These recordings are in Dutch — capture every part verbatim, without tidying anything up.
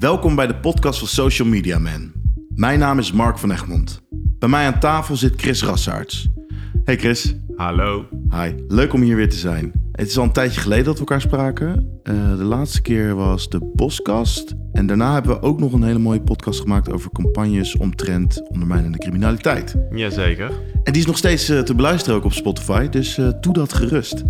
Welkom bij de podcast van Social Media Man. Mijn naam is Mark van Egmond. Bij mij aan tafel zit Chris Rassaerts. Hey Chris. Hallo. Hi, leuk om hier weer te zijn. Het is al een tijdje geleden dat we elkaar spraken. Uh, de laatste keer was de Boskast. En daarna hebben we ook nog een hele mooie podcast gemaakt over campagnes omtrent ondermijnende criminaliteit. Jazeker. En die is nog steeds uh, te beluisteren ook op Spotify, dus uh, doe dat gerust.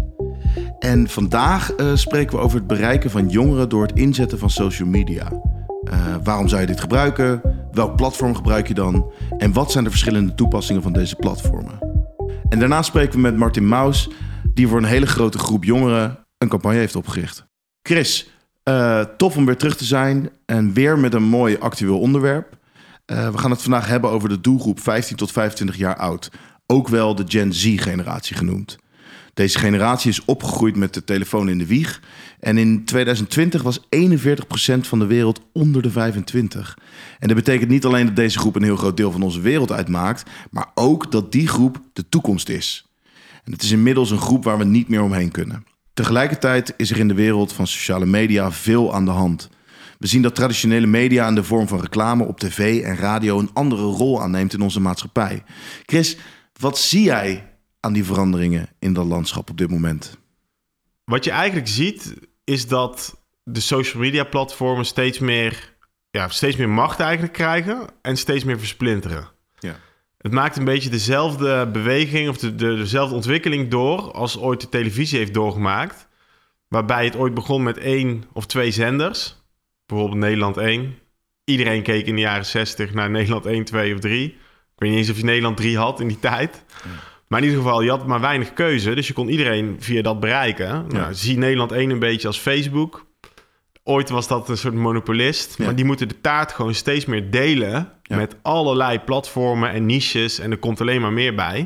En vandaag uh, spreken we over het bereiken van jongeren door het inzetten van social media. Uh, waarom zou je dit gebruiken? Welk platform gebruik je dan? En wat zijn de verschillende toepassingen van deze platformen? En daarna spreken we met Martin Maus, die voor een hele grote groep jongeren een campagne heeft opgericht. Chris, uh, tof om weer terug te zijn en weer met een mooi actueel onderwerp. Uh, we gaan het vandaag hebben over de doelgroep vijftien tot vijfentwintig jaar oud. Ook wel de Gen Z-generatie genoemd. Deze generatie is opgegroeid met de telefoon in de wieg. En in tweeduizend twintig was eenenveertig procent van de wereld onder de vijfentwintig. En dat betekent niet alleen dat deze groep een heel groot deel van onze wereld uitmaakt, maar ook dat die groep de toekomst is. En het is inmiddels een groep waar we niet meer omheen kunnen. Tegelijkertijd is er in de wereld van sociale media veel aan de hand. We zien dat traditionele media in de vorm van reclame op tv en radio een andere rol aanneemt in onze maatschappij. Chris, wat zie jij aan die veranderingen in dat landschap op dit moment? Wat je eigenlijk ziet is dat de social media platformen steeds meer, ja, steeds meer macht eigenlijk krijgen en steeds meer versplinteren. Ja. Het maakt een beetje dezelfde beweging of de, de, dezelfde ontwikkeling door als ooit de televisie heeft doorgemaakt. Waarbij het ooit begon met één of twee zenders. Bijvoorbeeld Nederland één. Iedereen keek in de jaren zestig naar Nederland één, twee of drie. Ik weet niet eens of je Nederland drie had in die tijd. Ja. Maar in ieder geval, je had maar weinig keuze. Dus je kon iedereen via dat bereiken. Ja. Nou, zie Nederland één een beetje als Facebook. Ooit was dat een soort monopolist. Ja. Maar die moeten de taart gewoon steeds meer delen. Ja. Met allerlei platformen en niches. En er komt alleen maar meer bij.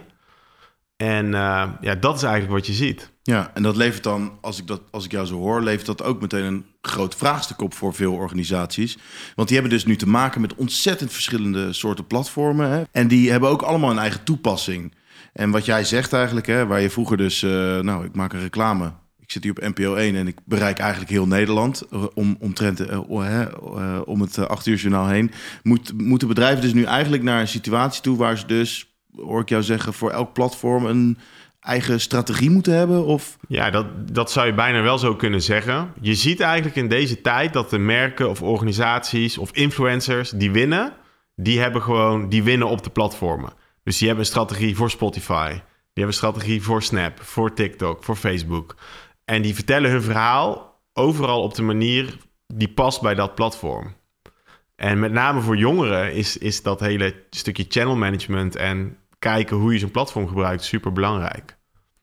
En uh, ja, dat is eigenlijk wat je ziet. Ja, en dat levert dan, als ik, dat, als ik jou zo hoor, levert dat ook meteen een groot vraagstuk op voor veel organisaties. Want die hebben dus nu te maken met ontzettend verschillende soorten platformen. Hè? En die hebben ook allemaal een eigen toepassing. En wat jij zegt eigenlijk, hè, waar je vroeger dus, uh, nou, ik maak een reclame. Ik zit hier op N P O één en ik bereik eigenlijk heel Nederland uh, om, omtrent, uh, uh, uh, om het uh, acht uur journaal heen. Moet, moeten bedrijven dus nu eigenlijk naar een situatie toe waar ze dus, hoor ik jou zeggen, voor elk platform een eigen strategie moeten hebben? Of? Ja, dat, dat zou je bijna wel zo kunnen zeggen. Je ziet eigenlijk in deze tijd dat de merken of organisaties of influencers die winnen, die hebben gewoon, die winnen op de platformen. Dus die hebben een strategie voor Spotify. Die hebben een strategie voor Snap, voor TikTok, voor Facebook. En die vertellen hun verhaal overal op de manier die past bij dat platform. En met name voor jongeren is, is dat hele stukje channel management en kijken hoe je zo'n platform gebruikt super belangrijk.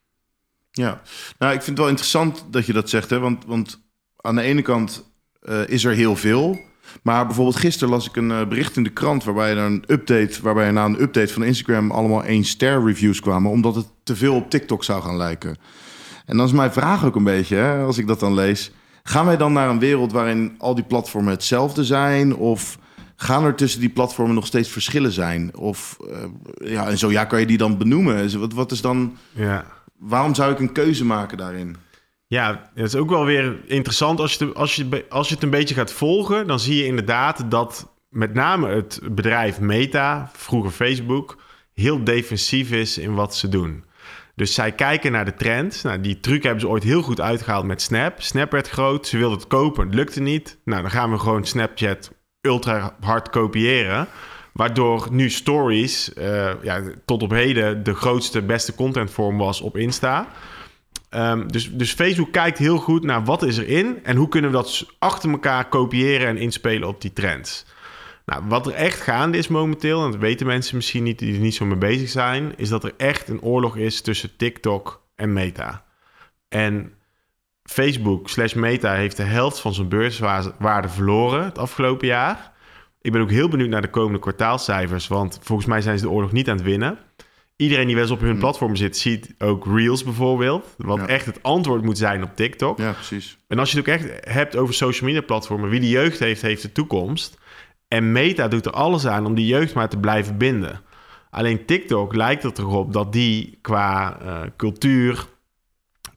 Ja, nou ik vind het wel interessant dat je dat zegt, hè? Want, want aan de ene kant uh, is er heel veel. Maar bijvoorbeeld gisteren las ik een uh, bericht in de krant waarbij er een update, waarbij er na een update van Instagram allemaal één ster reviews kwamen, omdat het te veel op TikTok zou gaan lijken. En dan is mijn vraag ook een beetje, hè, als ik dat dan lees, gaan wij dan naar een wereld waarin al die platformen hetzelfde zijn? Of gaan er tussen die platformen nog steeds verschillen zijn? Of uh, ja, en zo ja, kan je die dan benoemen? Wat, wat is dan? Ja. Waarom zou ik een keuze maken daarin? Ja, het is ook wel weer interessant. Als je, als, je, als je het een beetje gaat volgen, dan zie je inderdaad dat met name het bedrijf Meta, vroeger Facebook, heel defensief is in wat ze doen. Dus zij kijken naar de trend. Nou, die truc hebben ze ooit heel goed uitgehaald met Snap. Snap werd groot, ze wilden het kopen, het lukte niet. Nou, dan gaan we gewoon Snapchat ultra hard kopiëren. Waardoor nu Stories uh, ja, tot op heden de grootste, beste contentvorm was op Insta. Um, dus, dus Facebook kijkt heel goed naar wat is er in en hoe kunnen we dat achter elkaar kopiëren en inspelen op die trends. Nou, wat er echt gaande is momenteel, en dat weten mensen misschien niet die er niet zo mee bezig zijn, is dat er echt een oorlog is tussen TikTok en Meta. En Facebook slash Meta heeft de helft van zijn beurswaarde verloren het afgelopen jaar. Ik ben ook heel benieuwd naar de komende kwartaalcijfers, want volgens mij zijn ze de oorlog niet aan het winnen. Iedereen die wel eens op hun platform zit, ziet ook Reels bijvoorbeeld. Wat ja. echt het antwoord moet zijn op TikTok. Ja, precies. En als je het ook echt hebt over social media platformen, wie de jeugd heeft, heeft de toekomst. En Meta doet er alles aan om die jeugd maar te blijven binden. Alleen TikTok lijkt er toch op dat die qua uh, cultuur,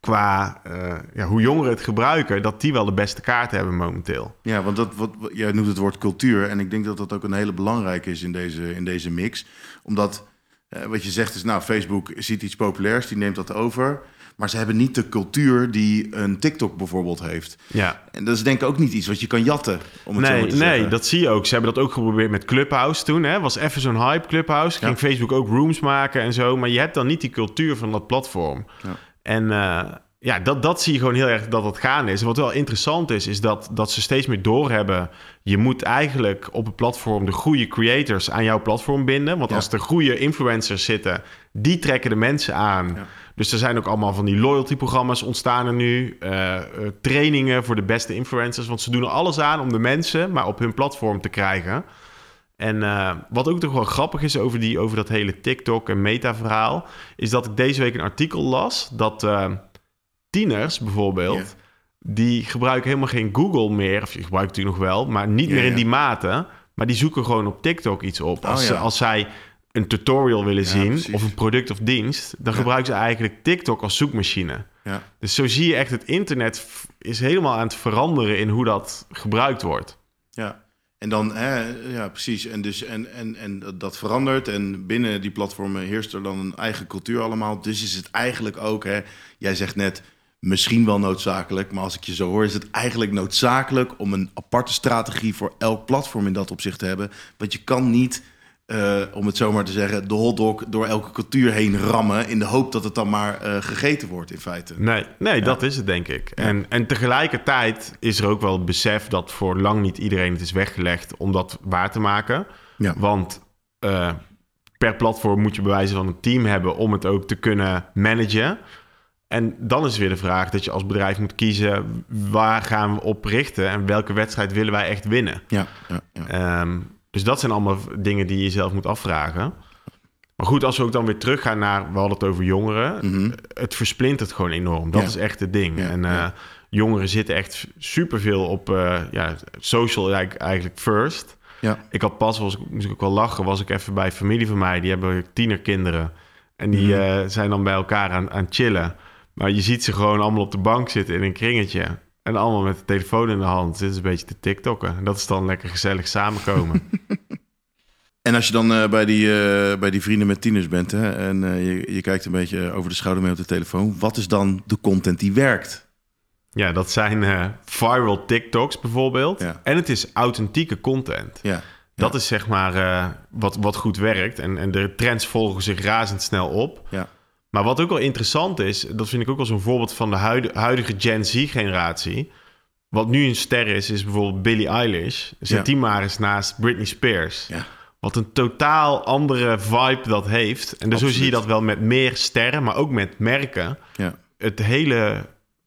qua uh, ja, hoe jongeren het gebruiken, dat die wel de beste kaart hebben momenteel. Ja, want dat, wat, jij noemt het woord cultuur. En ik denk dat dat ook een hele belangrijke is in deze, in deze mix. Omdat, uh, wat je zegt is, nou, Facebook ziet iets populairs, die neemt dat over. Maar ze hebben niet de cultuur die een TikTok bijvoorbeeld heeft. Ja. En dat is denk ik ook niet iets wat je kan jatten, om het nee, zo maar te nee, zeggen. dat zie je ook. Ze hebben dat ook geprobeerd met Clubhouse toen. Hè? Was even zo'n hype, Clubhouse. Ging ja. Facebook ook rooms maken en zo. Maar je hebt dan niet die cultuur van dat platform. Ja. En uh, ja, dat, dat zie je gewoon heel erg dat dat gaande is. En wat wel interessant is, is dat, dat ze steeds meer doorhebben. Je moet eigenlijk op het platform de goede creators aan jouw platform binden. Want ja. als er goede influencers zitten, die trekken de mensen aan. Ja. Dus er zijn ook allemaal van die loyalty-programma's ontstaan er nu. Uh, uh, trainingen voor de beste influencers. Want ze doen er alles aan om de mensen maar op hun platform te krijgen. En uh, wat ook toch wel grappig is over, die, over dat hele TikTok en Meta-verhaal, is dat ik deze week een artikel las dat uh, tieners bijvoorbeeld, yeah. die gebruiken helemaal geen Google meer. Of je gebruikt natuurlijk nog wel, maar niet yeah, meer in die yeah. mate. Maar die zoeken gewoon op TikTok iets op. Als, oh, ja. als zij een tutorial willen ja, zien precies. of een product of dienst, dan ja. gebruiken ze eigenlijk TikTok als zoekmachine. Ja. Dus zo zie je echt, het internet is helemaal aan het veranderen in hoe dat gebruikt wordt. Ja. En dan, hè, ja, precies. En, dus, en, en, en dat verandert. En binnen die platformen heerst er dan een eigen cultuur allemaal. Dus is het eigenlijk ook, hè, jij zegt net, misschien wel noodzakelijk. Maar als ik je zo hoor, is het eigenlijk noodzakelijk om een aparte strategie voor elk platform in dat opzicht te hebben. Want je kan niet, uh, om het zo maar te zeggen, de hotdog door elke cultuur heen rammen in de hoop dat het dan maar uh, gegeten wordt in feite. Nee, nee ja. dat is het denk ik. Ja. En, en tegelijkertijd is er ook wel het besef dat voor lang niet iedereen het is weggelegd om dat waar te maken. Ja. Want uh, per platform moet je bij wijze van een team hebben om het ook te kunnen managen. En dan is weer de vraag dat je als bedrijf moet kiezen, waar gaan we op richten en welke wedstrijd willen wij echt winnen. Ja, ja, ja. Um, Dus dat zijn allemaal dingen die je zelf moet afvragen. Maar goed, als we ook dan weer teruggaan naar, we hadden het over jongeren. Mm-hmm. Het versplintert gewoon enorm. Dat ja. is echt het ding. Ja, en uh, ja. jongeren zitten echt superveel op uh, ja, social eigenlijk first. Ja. Ik had pas, was, moest ik ook wel lachen, was ik even bij familie van mij. Die hebben tienerkinderen. En die mm-hmm. uh, zijn dan bij elkaar aan, aan chillen. Maar je ziet ze gewoon allemaal op de bank zitten in een kringetje. En allemaal met de telefoon in de hand. Dit is een beetje te TikTokken. En dat is dan lekker gezellig samenkomen. En als je dan uh, bij, die, uh, bij die vrienden met tieners bent, hè, en uh, je, je kijkt een beetje over de schouder mee op de telefoon, wat is dan de content die werkt? Ja, dat zijn uh, viral TikToks bijvoorbeeld. Ja. En het is authentieke content. Ja. Dat ja. is zeg maar uh, wat, wat goed werkt. En, en de trends volgen zich razendsnel op. Ja. Maar wat ook wel interessant is, dat vind ik ook wel zo'n voorbeeld van de huidige, huidige Gen Z-generatie. Wat nu een ster is, is bijvoorbeeld Billie Eilish. Zet ja. die maar eens naast Britney Spears. Ja. Wat een totaal andere vibe dat heeft. En dus zo zie je dat wel met meer sterren, maar ook met merken. Ja. Het hele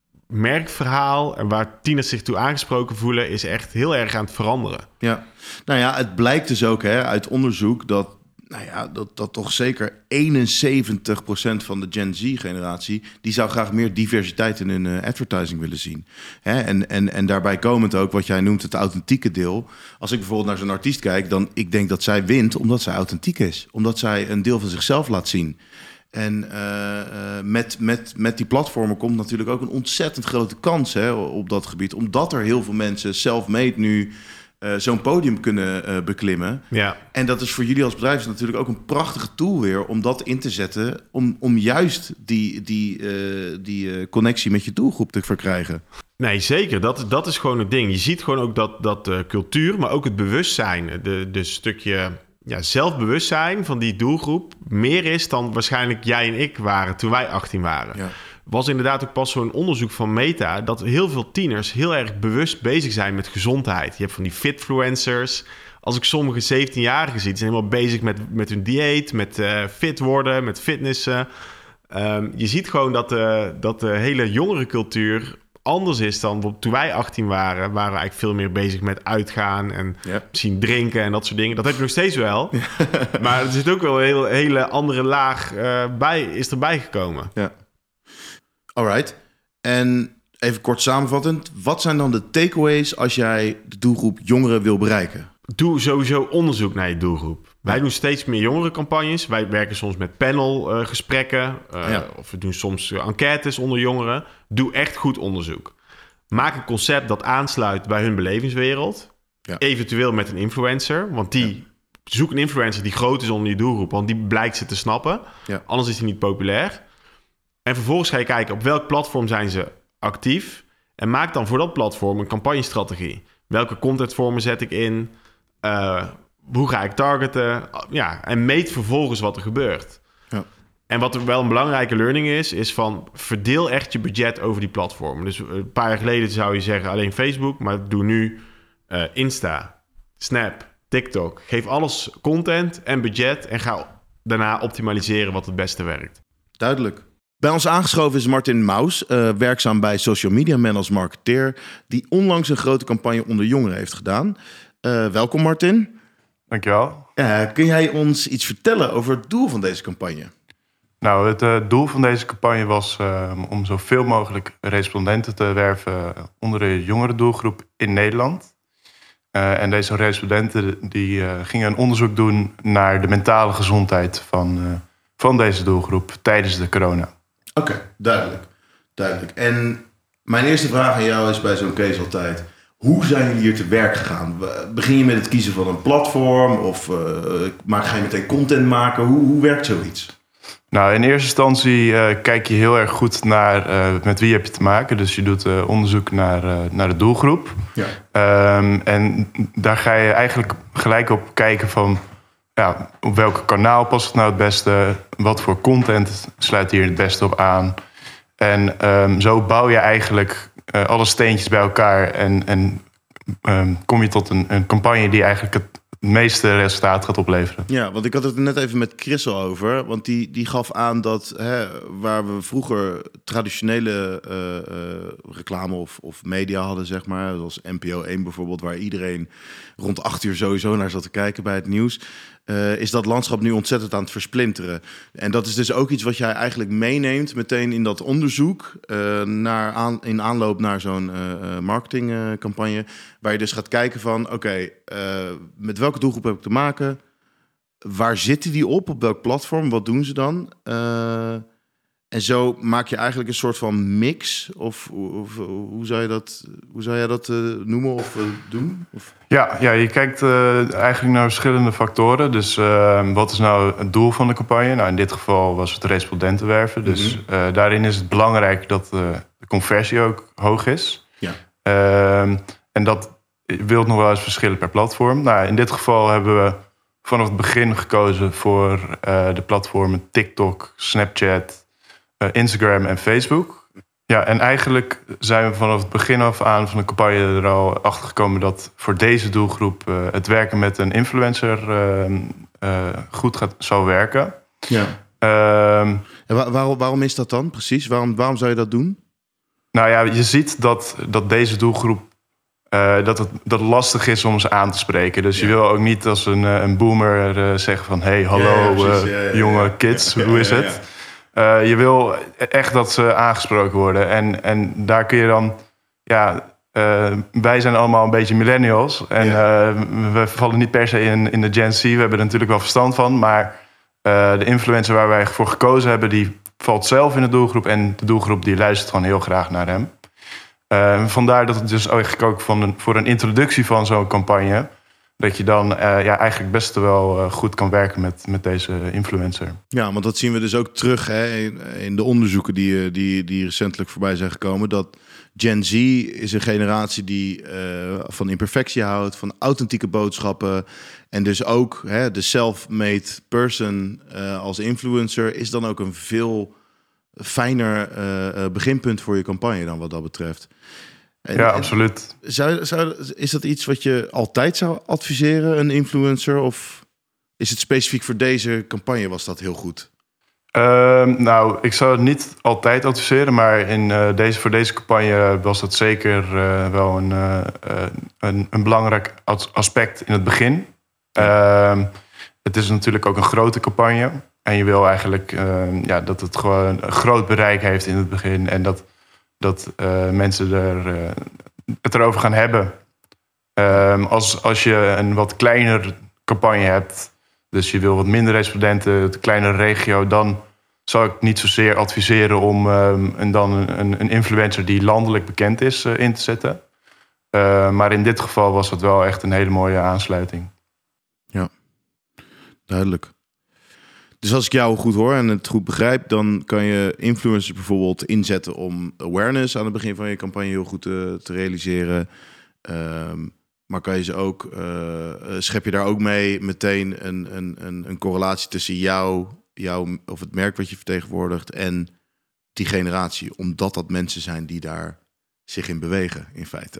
merkverhaal en waar tieners zich toe aangesproken voelen, is echt heel erg aan het veranderen. Ja, nou ja, het blijkt dus ook hè, uit onderzoek dat Nou ja, dat, dat toch zeker eenenzeventig procent van de Gen Z-generatie, die zou graag meer diversiteit in hun uh, advertising willen zien. Hè? En, en, en daarbij komend ook wat jij noemt het authentieke deel. Als ik bijvoorbeeld naar zo'n artiest kijk, dan ik denk dat zij wint omdat zij authentiek is. Omdat zij een deel van zichzelf laat zien. En uh, uh, met, met, met die platformen komt natuurlijk ook een ontzettend grote kans hè, op dat gebied. Omdat er heel veel mensen self-made nu Uh, zo'n podium kunnen uh, beklimmen. Ja. En dat is voor jullie als bedrijf natuurlijk ook een prachtige tool weer om dat in te zetten, om, om juist die, die, uh, die uh, connectie met je doelgroep te verkrijgen. Nee, zeker. Dat, dat is gewoon het ding. Je ziet gewoon ook dat, dat uh, cultuur, maar ook het bewustzijn, de, de stukje ja, zelfbewustzijn van die doelgroep meer is dan waarschijnlijk jij en ik waren toen wij achttien waren. Ja. Was inderdaad ook pas zo'n onderzoek van Meta dat heel veel tieners heel erg bewust bezig zijn met gezondheid. Je hebt van die fitfluencers. Als ik sommige zeventienjarigen zie, die zijn helemaal bezig met, met hun dieet, met uh, fit worden, met fitnessen. Um, je ziet gewoon dat de, dat de hele jongerencultuur anders is dan toen wij achttien waren. Waren we eigenlijk veel meer bezig met uitgaan en yep. misschien drinken en dat soort dingen. Dat heb je nog steeds wel. Maar er zit ook wel een hele, hele andere laag uh, bij, is erbij gekomen. Ja. Alright. En even kort samenvattend, wat zijn dan de takeaways als jij de doelgroep jongeren wil bereiken? doe sowieso onderzoek naar je doelgroep. Ja. Wij doen steeds meer jongerencampagnes. Wij werken soms met panelgesprekken. Uh, ja. Of we doen soms enquêtes onder jongeren. Doe echt goed onderzoek. Maak een concept dat aansluit bij hun belevingswereld. Ja. Eventueel met een influencer. Want die... Ja. Zoek een influencer die groot is onder je doelgroep, want die blijkt ze te snappen. Ja. Anders is die niet populair. En vervolgens ga je kijken op welk platform zijn ze actief. En maak dan voor dat platform een campagnestrategie. Welke contentvormen zet ik in? Uh, hoe ga ik targeten? Ja, en meet vervolgens wat er gebeurt. Ja. En wat er wel een belangrijke learning is, is van verdeel echt je budget over die platformen. Dus een paar jaar geleden zou je zeggen alleen Facebook, maar doe nu uh, Insta, Snap, TikTok. Geef alles content en budget en ga daarna optimaliseren wat het beste werkt. Duidelijk. Bij ons aangeschoven is Martin Maus, uh, werkzaam bij Social Media Man als marketeer, die onlangs een grote campagne onder jongeren heeft gedaan. Uh, welkom Martin. Dankjewel. Uh, kun jij ons iets vertellen over het doel van deze campagne? Nou, het uh, doel van deze campagne was uh, om zoveel mogelijk respondenten te werven onder de jongere doelgroep in Nederland. Uh, en deze respondenten die, uh, gingen een onderzoek doen naar de mentale gezondheid van, uh, van deze doelgroep tijdens de corona. Oké, okay, duidelijk. duidelijk. En mijn eerste vraag aan jou is bij zo'n case altijd: hoe zijn jullie hier te werk gegaan? Begin je met het kiezen van een platform of uh, maar ga je meteen content maken? Hoe, hoe werkt zoiets? Nou, in eerste instantie uh, kijk je heel erg goed naar uh, met wie heb je te maken. Dus je doet uh, onderzoek naar, uh, naar de doelgroep. Ja. Um, en daar ga je eigenlijk gelijk op kijken van ja, op welk kanaal past het nou het beste? Wat voor content sluit hier het beste op aan? En um, zo bouw je eigenlijk uh, alle steentjes bij elkaar en, en um, kom je tot een, een campagne die eigenlijk het het meeste resultaat gaat opleveren. Ja, want ik had het er net even met Chris al over. Want die, die gaf aan dat hè, waar we vroeger traditionele uh, uh, reclame of, of media hadden, zeg maar, zoals N P O één bijvoorbeeld, waar iedereen rond acht uur sowieso naar zat te kijken bij het nieuws, uh, is dat landschap nu ontzettend aan het versplinteren. En dat is dus ook iets wat jij eigenlijk meeneemt meteen in dat onderzoek uh, naar aan, in aanloop naar zo'n uh, marketingcampagne, uh, waar je dus gaat kijken van oké, okay, uh, met welke doelgroep heb ik te maken? Waar zitten die op? Op welk platform? Wat doen ze dan? Uh, en zo maak je eigenlijk een soort van mix. Of, of hoe zou je dat, hoe zou jij dat uh, noemen of uh, doen? Of? Ja, ja, je kijkt uh, eigenlijk naar verschillende factoren. Dus uh, wat is nou het doel van de campagne? Nou, in dit geval was het respondenten werven. Dus mm-hmm. uh, daarin is het belangrijk dat uh, de conversie ook hoog is. Ja. Uh, en dat wil nog wel eens verschillen per platform. Nou, in dit geval hebben we vanaf het begin gekozen voor uh, de platformen TikTok, Snapchat, uh, Instagram en Facebook. Ja, en eigenlijk zijn we vanaf het begin af aan van de campagne er al achter gekomen dat voor deze doelgroep uh, het werken met een influencer uh, uh, goed gaat, zal werken. Ja. Uh, en waar, waarom, waarom is dat dan precies? Waarom, waarom zou je dat doen? Nou ja, je ziet dat, dat deze doelgroep Uh, dat het dat lastig is om ze aan te spreken. Dus ja. je wil ook niet als een, een boomer uh, zeggen van hey, hallo, ja, ja, uh, ja, ja, jonge ja. kids, ja, hoe is ja, ja, ja. het? Uh, je wil echt dat ze aangesproken worden. En, en daar kun je dan... ja, uh, wij zijn allemaal een beetje millennials. En ja. uh, we vallen niet per se in, in de Gen Z. We hebben er natuurlijk wel verstand van. Maar uh, de influencer waar wij voor gekozen hebben, die valt zelf in de doelgroep. En de doelgroep die luistert gewoon heel graag naar hem. Uh, vandaar dat het dus eigenlijk ook van een, voor een introductie van zo'n campagne, dat je dan uh, ja, eigenlijk best wel uh, goed kan werken met, met deze influencer. Ja, want dat zien we dus ook terug hè, in, in de onderzoeken die, die, die recentelijk voorbij zijn gekomen. Dat Gen Z is een generatie die uh, van imperfectie houdt, van authentieke boodschappen. En dus ook hè, de self-made person uh, als influencer is dan ook een veel fijner uh, beginpunt voor je campagne dan wat dat betreft. En, ja, absoluut. Zou, zou, is dat iets wat je altijd zou adviseren, een influencer? Of is het specifiek voor deze campagne, was dat heel goed? Uh, nou, ik zou het niet altijd adviseren, maar in, uh, deze, voor deze campagne was dat zeker uh, wel een, uh, een, een belangrijk aspect in het begin. Ja. Uh, het is natuurlijk ook een grote campagne. En je wil eigenlijk uh, ja, dat het gewoon een groot bereik heeft in het begin. En dat, dat uh, mensen er, uh, het erover gaan hebben. Um, als, als je een wat kleiner campagne hebt, dus je wil wat minder respondenten, een kleinere regio, dan zou ik niet zozeer adviseren om um, en dan een, een influencer die landelijk bekend is uh, in te zetten. Uh, maar in dit geval was het wel echt een hele mooie aansluiting. Ja, duidelijk. Dus als ik jou goed hoor en het goed begrijp, dan kan je influencers bijvoorbeeld inzetten om awareness aan het begin van je campagne heel goed te, te realiseren. Um, maar kan je ze ook, uh, schep je daar ook mee meteen een, een, een, een correlatie tussen jou, jou of het merk wat je vertegenwoordigt en die generatie, omdat dat mensen zijn die daar zich in bewegen, in feite.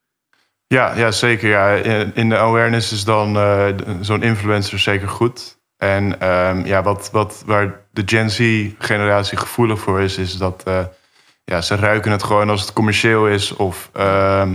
Ja, ja zeker. Ja. In de awareness is dan uh, zo'n influencer zeker goed. En um, ja, wat, wat, waar de Gen Z-generatie gevoelig voor is, is dat uh, ja, ze ruiken het gewoon als het commercieel is. Of uh,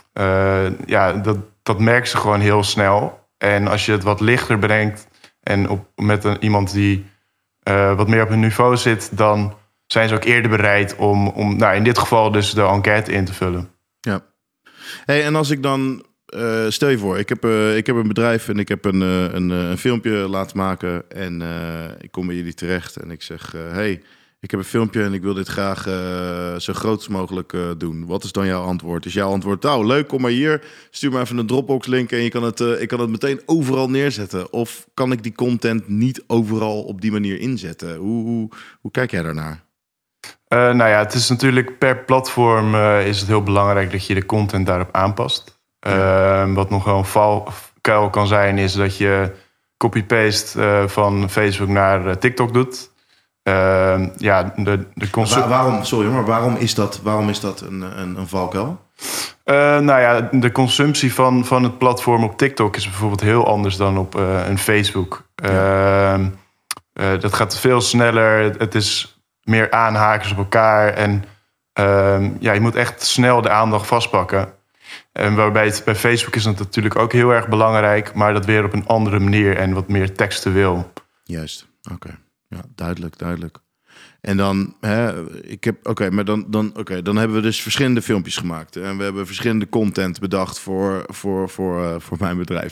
uh, ja, dat, dat merken ze gewoon heel snel. En als je het wat lichter brengt en op, met een, iemand die uh, wat meer op hun niveau zit, dan zijn ze ook eerder bereid om, om nou, in dit geval dus de enquête in te vullen. Ja. Hey, en als ik dan, uh, stel je voor, ik heb, uh, ik heb een bedrijf en ik heb een, uh, een, uh, een filmpje laten maken en uh, ik kom bij jullie terecht en ik zeg, uh, hey, ik heb een filmpje en ik wil dit graag uh, zo groot als mogelijk uh, doen. Wat is dan jouw antwoord? Is jouw antwoord, nou leuk, kom maar hier, stuur maar even een Dropbox link en je kan het, uh, ik kan het meteen overal neerzetten? Of kan ik die content niet overal op die manier inzetten? Hoe, hoe, hoe kijk jij daarnaar? Uh, nou ja, het is natuurlijk per platform uh, is het heel belangrijk dat je de content daarop aanpast. Ja. Uh, wat nog wel een valkuil kan zijn, is dat je copy-paste uh, van Facebook naar uh, TikTok doet. Uh, ja, de, de consum- Waar, waarom, sorry, maar waarom is dat, waarom is dat een, een, een valkuil? Uh, nou ja, de consumptie van, van het platform op TikTok is bijvoorbeeld heel anders dan op uh, een Facebook. Ja. Uh, uh, dat gaat veel sneller. Het is meer aanhakers op elkaar. En uh, ja, je moet echt snel de aandacht vastpakken. En waarbij het bij Facebook is het natuurlijk ook heel erg belangrijk, maar dat weer op een andere manier en wat meer textueel. Juist, oké. Okay. Ja, duidelijk, duidelijk. En dan, hè, ik heb, oké, okay, maar dan, dan, okay, dan hebben we dus verschillende filmpjes gemaakt. En we hebben verschillende content bedacht voor, voor, voor, uh, voor mijn bedrijf.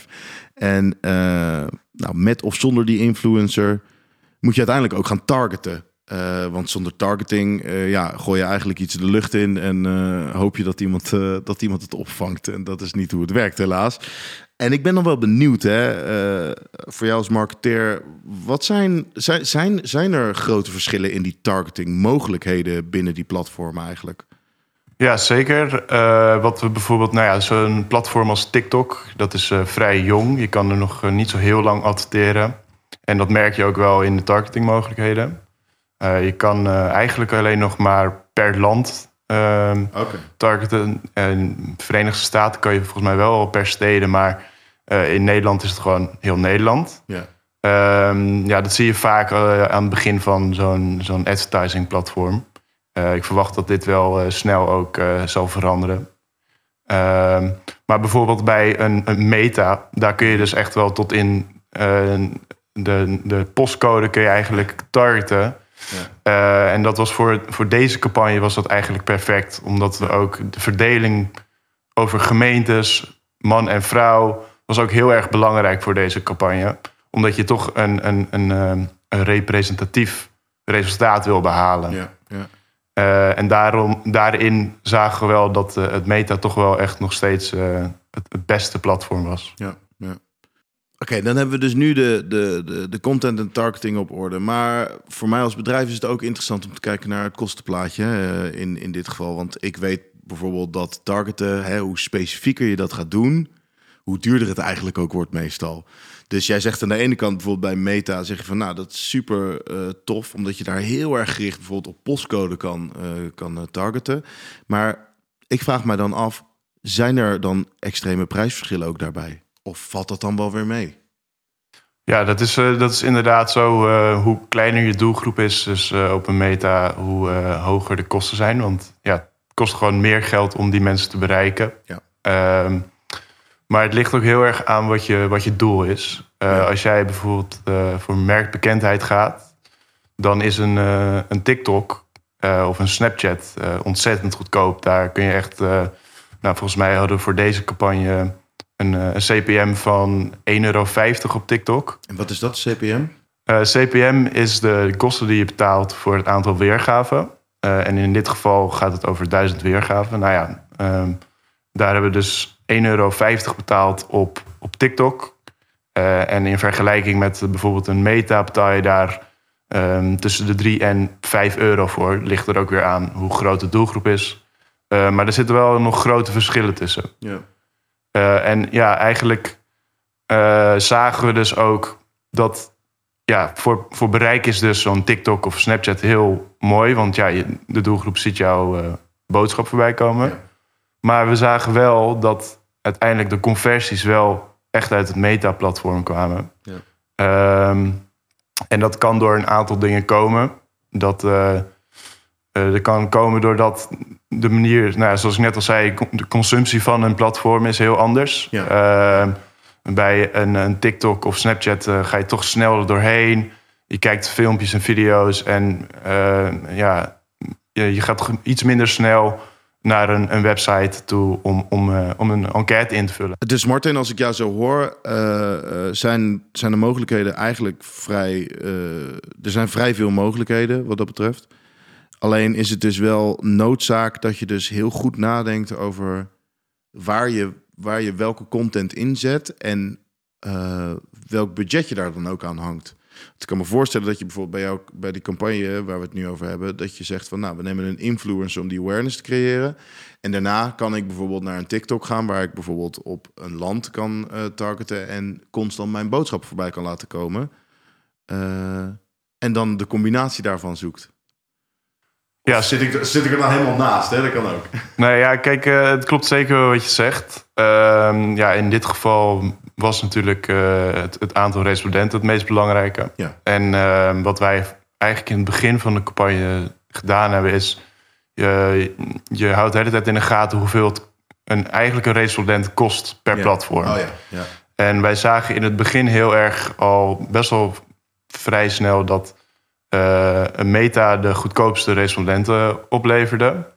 En uh, nou, met of zonder die influencer moet je uiteindelijk ook gaan targeten. Uh, want zonder targeting uh, ja, gooi je eigenlijk iets de lucht in en uh, hoop je dat iemand, uh, dat iemand het opvangt. En dat is niet hoe het werkt, helaas. En ik ben dan wel benieuwd, hè, uh, voor jou als marketeer, wat zijn, zijn, zijn, zijn er grote verschillen in die targeting mogelijkheden binnen die platformen eigenlijk? Ja, zeker. Uh, wat we bijvoorbeeld, nou ja, zo'n platform als TikTok, dat is uh, vrij jong. Je kan er nog uh, niet zo heel lang adverteren. En dat merk je ook wel in de targetingmogelijkheden. Uh, je kan uh, eigenlijk alleen nog maar per land uh, okay. targeten. In de Verenigde Staten kan je volgens mij wel per steden, maar uh, in Nederland is het gewoon heel Nederland. Yeah. Um, ja, dat zie je vaak uh, aan het begin van zo'n, zo'n advertising platform. Uh, ik verwacht dat dit wel uh, snel ook uh, zal veranderen. Uh, maar bijvoorbeeld bij een, een Meta, daar kun je dus echt wel tot in uh, de, de postcode kun je eigenlijk targeten. Ja. Uh, en dat was voor, voor deze campagne was dat eigenlijk perfect. Omdat we ook de verdeling over gemeentes, man en vrouw, was ook heel erg belangrijk voor deze campagne. Omdat je toch een, een, een, een representatief resultaat wil behalen. Ja, ja. Uh, en daarom, daarin zagen we wel dat uh, het Meta toch wel echt nog steeds uh, het, het beste platform was. Ja, ja. Oké, okay, dan hebben we dus nu de, de, de, de content en targeting op orde. Maar voor mij als bedrijf is het ook interessant om te kijken naar het kostenplaatje uh, in, in dit geval. Want ik weet bijvoorbeeld dat targeten, hè, hoe specifieker je dat gaat doen, hoe duurder het eigenlijk ook wordt meestal. Dus jij zegt aan de ene kant bijvoorbeeld bij Meta, zeg je van nou, dat is super uh, tof, omdat je daar heel erg gericht bijvoorbeeld op postcode kan, uh, kan uh, targeten. Maar ik vraag mij dan af, zijn er dan extreme prijsverschillen ook daarbij? Of valt dat dan wel weer mee? Ja, dat is, uh, dat is inderdaad zo. Uh, hoe kleiner je doelgroep is, dus uh, op een Meta, hoe uh, hoger de kosten zijn. Want ja, het kost gewoon meer geld om die mensen te bereiken. Ja. Um, maar het ligt ook heel erg aan wat je, wat je doel is. Uh, ja. Als jij bijvoorbeeld uh, voor merkbekendheid gaat, dan is een, uh, een TikTok uh, of een Snapchat uh, ontzettend goedkoop. Daar kun je echt, uh, nou, volgens mij hadden we voor deze campagne een, een C P M van één euro vijftig op TikTok. En wat is dat, C P M? Uh, C P M is de kosten die je betaalt voor het aantal weergaven. Uh, en in dit geval gaat het over duizend weergaven. Nou ja, um, daar hebben we dus één euro vijftig betaald op, op TikTok. Uh, en in vergelijking met uh, bijvoorbeeld een Meta betaal je daar um, tussen de drie en vijf euro voor. Ligt er ook weer aan hoe groot de doelgroep is. Uh, maar er zitten wel nog grote verschillen tussen. Ja. Uh, en ja, eigenlijk uh, zagen we dus ook dat ja, voor, voor bereik is dus zo'n TikTok of Snapchat heel mooi. Want ja, je, de doelgroep ziet jouw uh, boodschap voorbij komen. Ja. Maar we zagen wel dat uiteindelijk de conversies wel echt uit het Meta-platform kwamen. Ja. Um, en dat kan door een aantal dingen komen. Dat uh, uh, er kan komen doordat de manier, nou, zoals ik net al zei, de consumptie van een platform is heel anders. Ja. Uh, bij een, een TikTok of Snapchat uh, ga je toch sneller doorheen. Je kijkt filmpjes en video's en uh, ja, je, je gaat iets minder snel naar een, een website toe om, om, uh, om een enquête in te vullen. Dus Martin, als ik jou zo hoor, uh, uh, zijn, zijn de mogelijkheden eigenlijk vrij... Uh, er zijn vrij veel mogelijkheden wat dat betreft. Alleen is het dus wel noodzaak dat je dus heel goed nadenkt over waar je, waar je welke content inzet en uh, welk budget je daar dan ook aan hangt. Ik kan me voorstellen dat je bijvoorbeeld bij jou, bij die campagne waar we het nu over hebben, dat je zegt van nou, we nemen een influencer om die awareness te creëren. En daarna kan ik bijvoorbeeld naar een TikTok gaan waar ik bijvoorbeeld op een land kan uh, targeten en constant mijn boodschap voorbij kan laten komen. Uh, en dan de combinatie daarvan zoekt. Ja, zit ik, zit ik er nou helemaal naast, hè? Dat kan ook. Nee, ja, kijk, uh, het klopt zeker wat je zegt. Uh, ja, in dit geval was natuurlijk uh, het, het aantal respondenten het meest belangrijke. Ja. En uh, wat wij eigenlijk in het begin van de campagne gedaan hebben is, je, je houdt de hele tijd in de gaten hoeveel het een, eigenlijk een respondent kost per ja. platform. Oh, ja. Ja. En wij zagen in het begin heel erg al best wel vrij snel dat Uh, een Meta de goedkoopste respondenten opleverde.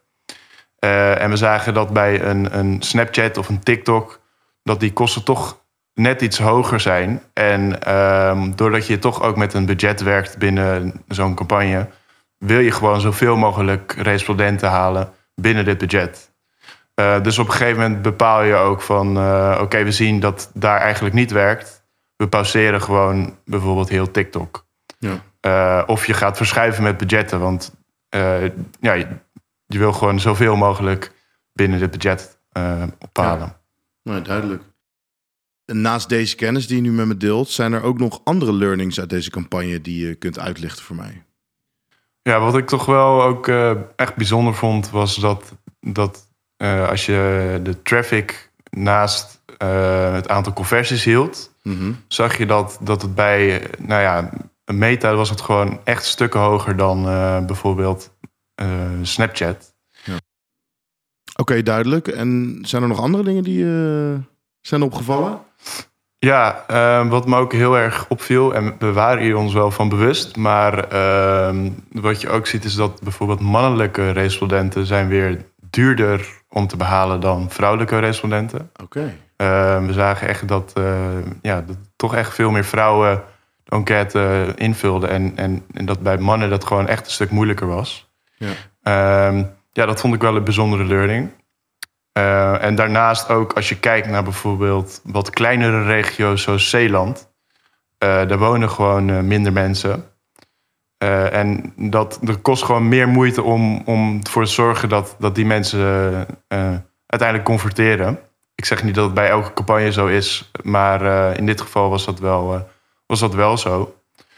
Uh, en we zagen dat bij een, een Snapchat of een TikTok dat die kosten toch net iets hoger zijn. En uh, doordat je toch ook met een budget werkt binnen zo'n campagne, wil je gewoon zoveel mogelijk respondenten halen binnen dit budget. Uh, dus op een gegeven moment bepaal je ook van uh, oké, okay, we zien dat daar eigenlijk niet werkt. We pauzeren gewoon bijvoorbeeld heel TikTok. Ja. Uh, of je gaat verschuiven met budgetten. Want uh, ja, je, je wil gewoon zoveel mogelijk binnen dit budget uh, ophalen. Ja. Nou, duidelijk. En naast deze kennis die je nu met me deelt, zijn er ook nog andere learnings uit deze campagne die je kunt uitlichten voor mij? Ja, wat ik toch wel ook uh, echt bijzonder vond, was dat, dat uh, als je de traffic naast uh, het aantal conversies hield, mm-hmm. zag je dat, dat het bij, nou ja, Meta was het gewoon echt stukken hoger dan uh, bijvoorbeeld uh, Snapchat. Ja. Oké, okay, duidelijk. En zijn er nog andere dingen die uh, zijn opgevallen? Ja, uh, wat me ook heel erg opviel, en we waren hier ons wel van bewust, maar uh, wat je ook ziet is dat bijvoorbeeld mannelijke respondenten zijn weer duurder om te behalen dan vrouwelijke respondenten. Oké. Okay. Uh, we zagen echt dat, uh, ja, dat toch echt veel meer vrouwen enquête invulden en, en, en dat bij mannen dat gewoon echt een stuk moeilijker was. Ja, um, ja dat vond ik wel een bijzondere learning. Uh, en daarnaast ook als je kijkt naar bijvoorbeeld wat kleinere regio's zoals Zeeland, uh, daar wonen gewoon uh, minder mensen. Uh, en dat, dat kost gewoon meer moeite om, om ervoor te zorgen dat, dat die mensen uh, uiteindelijk converteren. Ik zeg niet dat het bij elke campagne zo is, maar uh, in dit geval was dat wel... Uh, was dat wel zo.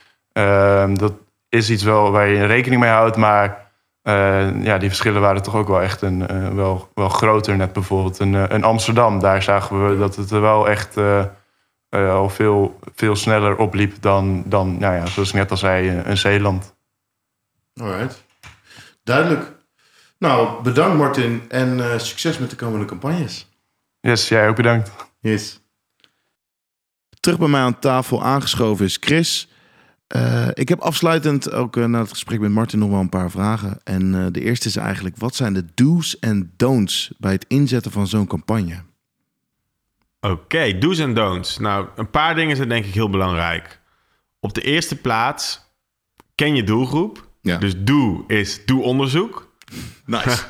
Uh, dat is iets wel waar je rekening mee houdt, maar uh, ja, die verschillen waren toch ook wel echt een, uh, wel, wel groter. Net bijvoorbeeld in, uh, in Amsterdam, daar zagen we dat het er wel echt uh, uh, al veel, veel sneller opliep dan, dan nou ja, zoals ik net al zei, een Zeeland. Alright. Duidelijk. Nou, bedankt Martin en uh, succes met de komende campagnes. Yes, jij ook bedankt. Yes. Terug bij mij aan tafel aangeschoven is Chris. Uh, ik heb afsluitend ook uh, na het gesprek met Martin nog wel een paar vragen. En uh, de eerste is eigenlijk, wat zijn de do's en don'ts bij het inzetten van zo'n campagne? Oké, okay, do's en don'ts. Nou, een paar dingen zijn denk ik heel belangrijk. Op de eerste plaats, ken je doelgroep. Ja. Dus do is doe onderzoek. Nice.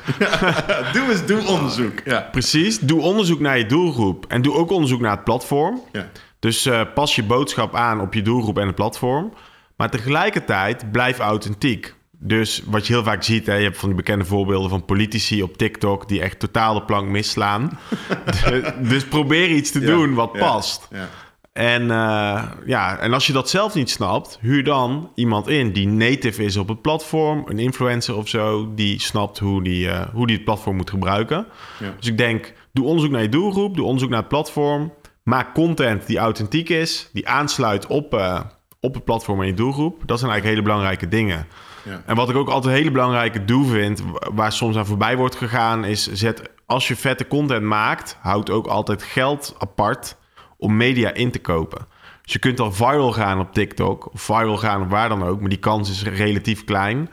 doe is doe onderzoek. Ja. Precies, doe onderzoek naar je doelgroep. En doe ook onderzoek naar het platform. Ja. Dus uh, pas je boodschap aan op je doelgroep en het platform. Maar tegelijkertijd blijf authentiek. Dus wat je heel vaak ziet, hè, je hebt van die bekende voorbeelden van politici op TikTok die echt totaal de plank misslaan. dus, dus probeer iets te ja, doen wat ja, past. Ja. En, uh, ja, en als je dat zelf niet snapt, huur dan iemand in die native is op het platform. Een influencer of zo, die snapt hoe die, uh, hoe die het platform moet gebruiken. Ja. Dus ik denk, doe onderzoek naar je doelgroep, doe onderzoek naar het platform. Maak content die authentiek is, die aansluit op, uh, op het platform en je doelgroep. Dat zijn eigenlijk hele belangrijke dingen. Ja. En wat ik ook altijd een hele belangrijke doel vind, waar soms aan voorbij wordt gegaan, is zet, als je vette content maakt, houd ook altijd geld apart om media in te kopen. Dus je kunt al viral gaan op TikTok, of viral gaan op waar dan ook, maar die kans is relatief klein.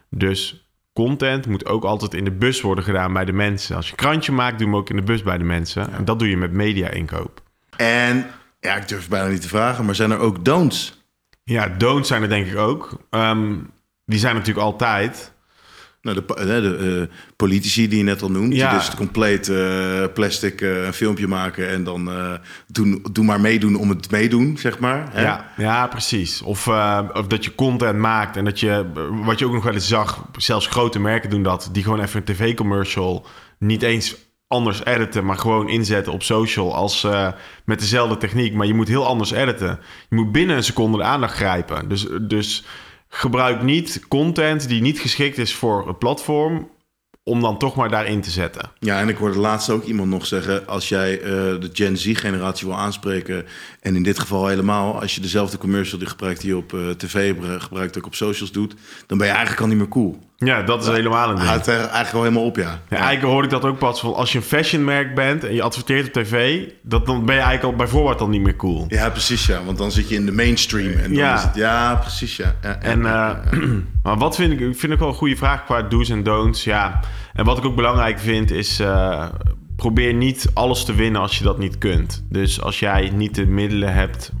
Dus content moet ook altijd in de bus worden gedaan bij de mensen. Als je een krantje maakt, doe hem ook in de bus bij de mensen. Ja. En dat doe je met media inkoop. En, ja, ik durf het bijna niet te vragen, maar zijn er ook don'ts? Ja, don'ts zijn er denk ik ook. Um, die zijn natuurlijk altijd. Nou, de, de, de uh, politici die je net al noemt, ja. die dus compleet uh, plastic uh, een filmpje maken en dan uh, doen, doe maar meedoen om het meedoen, zeg maar. Hè? Ja, ja, precies. Of, uh, of dat je content maakt en dat je, wat je ook nog wel eens zag, zelfs grote merken doen dat, die gewoon even een tv-commercial niet eens anders editen, maar gewoon inzetten op social als uh, met dezelfde techniek. Maar je moet heel anders editen. Je moet binnen een seconde de aandacht grijpen. Dus, dus gebruik niet content die niet geschikt is voor het platform, om dan toch maar daarin te zetten. Ja, en ik hoorde laatst ook iemand nog zeggen, als jij uh, de Gen Z-generatie wil aanspreken, en in dit geval helemaal, als je dezelfde commercial die gebruikt hier op uh, tv gebruikt, ook op socials doet, dan ben je eigenlijk al niet meer cool. Ja, dat is ja, helemaal een ding. Houdt er eigenlijk wel helemaal op, ja. ja. ja. Eigenlijk hoorde ik dat ook pas van, als je een fashionmerk bent en je adverteert op tv, dat, dan ben je eigenlijk al bij voorbaat al niet meer cool. Ja, precies, ja. Want dan zit je in de mainstream. En dan ja. is het, ja, precies, ja. ja, ja en, uh, ja, ja. Maar wat vind ik, ik vind ook wel een goede vraag qua do's en don'ts. Ja. En wat ik ook belangrijk vind is, uh, probeer niet alles te winnen als je dat niet kunt. Dus als jij niet de middelen hebt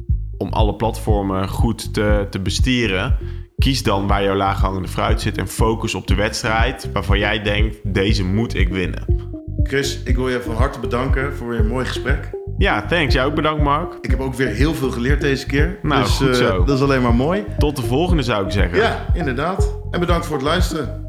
om alle platformen goed te, te bestieren, kies dan waar jouw laaghangende fruit zit en focus op de wedstrijd waarvan jij denkt, deze moet ik winnen. Chris, ik wil je van harte bedanken voor een mooi gesprek. Ja, thanks. Jij ook bedankt, Mark. Ik heb ook weer heel veel geleerd deze keer. Nou, dus, goed zo. Uh, dat is alleen maar mooi. Tot de volgende, zou ik zeggen. Ja, inderdaad. En bedankt voor het luisteren.